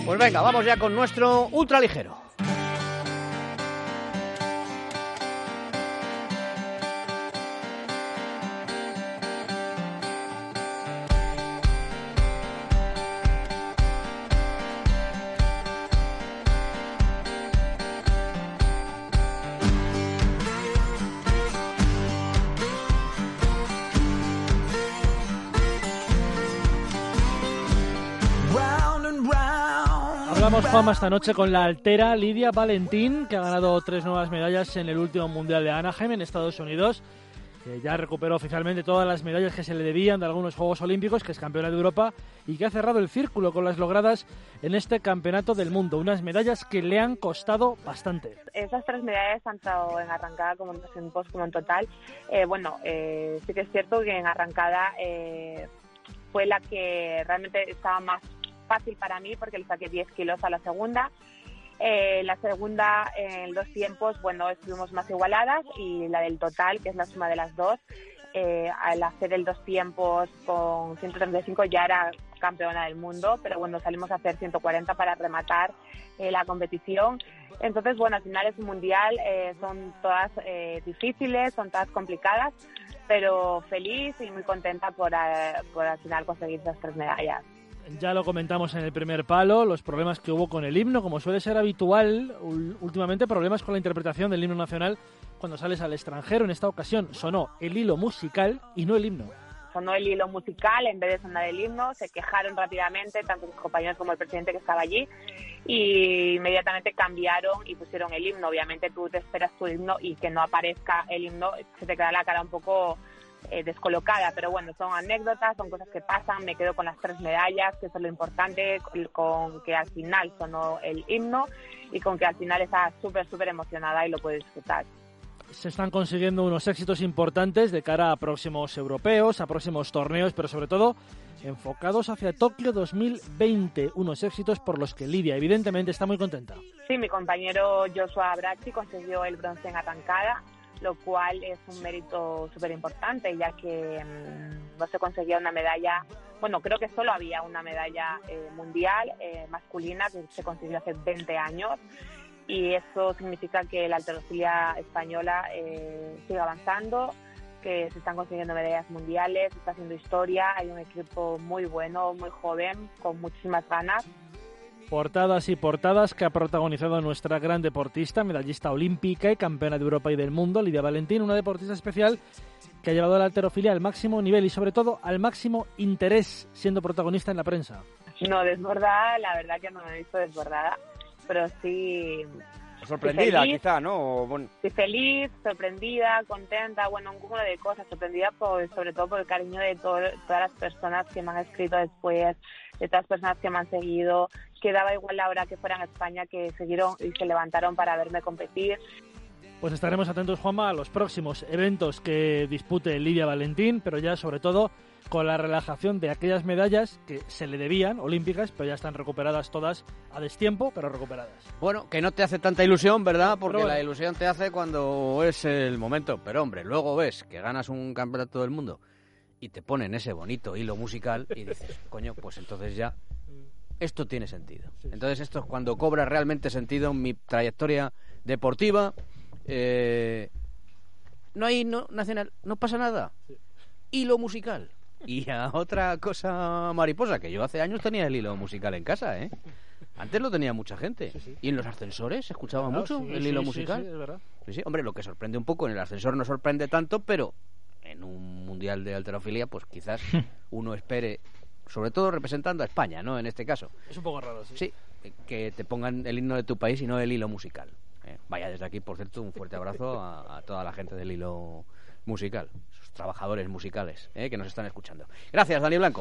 Pues venga, vamos ya con nuestro ultraligero. Hablamos, Juanma, esta noche con la altera Lidia Valentín, que ha ganado 3 nuevas medallas en el último Mundial de Anaheim en Estados Unidos, que ya recuperó oficialmente todas las medallas que se le debían de algunos Juegos Olímpicos, que es campeona de Europa y que ha cerrado el círculo con las logradas en este Campeonato del Mundo. Unas medallas que le han costado bastante. Esas 3 medallas, tanto en arrancada como en post como en total, sí que es cierto que en arrancada fue la que realmente estaba más fácil para mí porque le saqué 10 kilos a la segunda. La segunda, en 2 tiempos, estuvimos más igualadas, y la del total, que es la suma de las dos, al hacer el 2 tiempos con 135 ya era campeona del mundo, pero salimos a hacer 140 para rematar la competición. Entonces, al final es un mundial, son todas difíciles, son todas complicadas, pero feliz y muy contenta por al final conseguir esas 3 medallas. Ya lo comentamos en el primer palo, los problemas que hubo con el himno, como suele ser habitual últimamente, problemas con la interpretación del himno nacional cuando sales al extranjero. En esta ocasión sonó el hilo musical y no el himno. Sonó el hilo musical en vez de sonar el himno, se quejaron rápidamente, tanto mis compañeros como el presidente que estaba allí, y inmediatamente cambiaron y pusieron el himno. Obviamente tú te esperas tu himno y que no aparezca el himno, se te queda la cara un poco descolocada, pero son anécdotas, son cosas que pasan. Me quedo con las 3 medallas, que eso es lo importante, con que al final sonó el himno y con que al final está súper emocionada y lo puede disfrutar. Se están consiguiendo unos éxitos importantes de cara a próximos europeos, a próximos torneos, pero sobre todo enfocados hacia Tokio 2020, unos éxitos por los que Lidia evidentemente está muy contenta. Sí, mi compañero Joshua Bracci consiguió el bronce en arrancada, lo cual es un mérito súper importante, ya que no se conseguía una medalla, creo que solo había una medalla mundial masculina que se consiguió hace 20 años, y eso significa que la halterofilia española sigue avanzando, que se están consiguiendo medallas mundiales, se está haciendo historia, hay un equipo muy bueno, muy joven, con muchísimas ganas. Portadas y portadas que ha protagonizado nuestra gran deportista, medallista olímpica y campeona de Europa y del mundo, Lidia Valentín, una deportista especial que ha llevado a la halterofilia al máximo nivel y sobre todo al máximo interés, siendo protagonista en la prensa. No desbordada, la verdad que no me he visto desbordada, pero sí... Sorprendida, feliz, quizá, ¿no? Sí, feliz, sorprendida, contenta, un cúmulo de cosas. Sorprendida sobre todo por el cariño de todas las personas que me han escrito después, de todas las personas que me han seguido, que daba igual la hora que fueran a España, que siguieron y se levantaron para verme competir. Pues estaremos atentos, Juanma, a los próximos eventos que dispute Lidia Valentín, pero ya sobre todo con la relajación de aquellas medallas que se le debían, olímpicas, pero ya están recuperadas todas a destiempo, pero recuperadas. Bueno, que no te hace tanta ilusión, ¿verdad? Porque la ilusión te hace cuando es el momento. Pero, hombre, luego ves que ganas un campeonato del mundo y te ponen ese bonito hilo musical y dices, coño, pues entonces ya esto tiene sentido. Entonces esto es cuando cobra realmente sentido en mi trayectoria deportiva. No hay nacional, no pasa nada. Hilo musical. Y a otra cosa mariposa, que yo hace años tenía el hilo musical en casa, ¿eh? Antes lo tenía mucha gente. Sí, sí. Y en los ascensores se escuchaba mucho el hilo musical. Sí, es verdad. Sí. Hombre, lo que sorprende un poco, en el ascensor no sorprende tanto, pero en un mundial de halterofilia, pues quizás uno espere, sobre todo representando a España, ¿no? En este caso. Es un poco raro, sí. Sí, que te pongan el himno de tu país y no el hilo musical. Vaya, desde aquí, por cierto, un fuerte abrazo a toda la gente del hilo musical, esos trabajadores musicales que nos están escuchando. Gracias, Dani Blanco.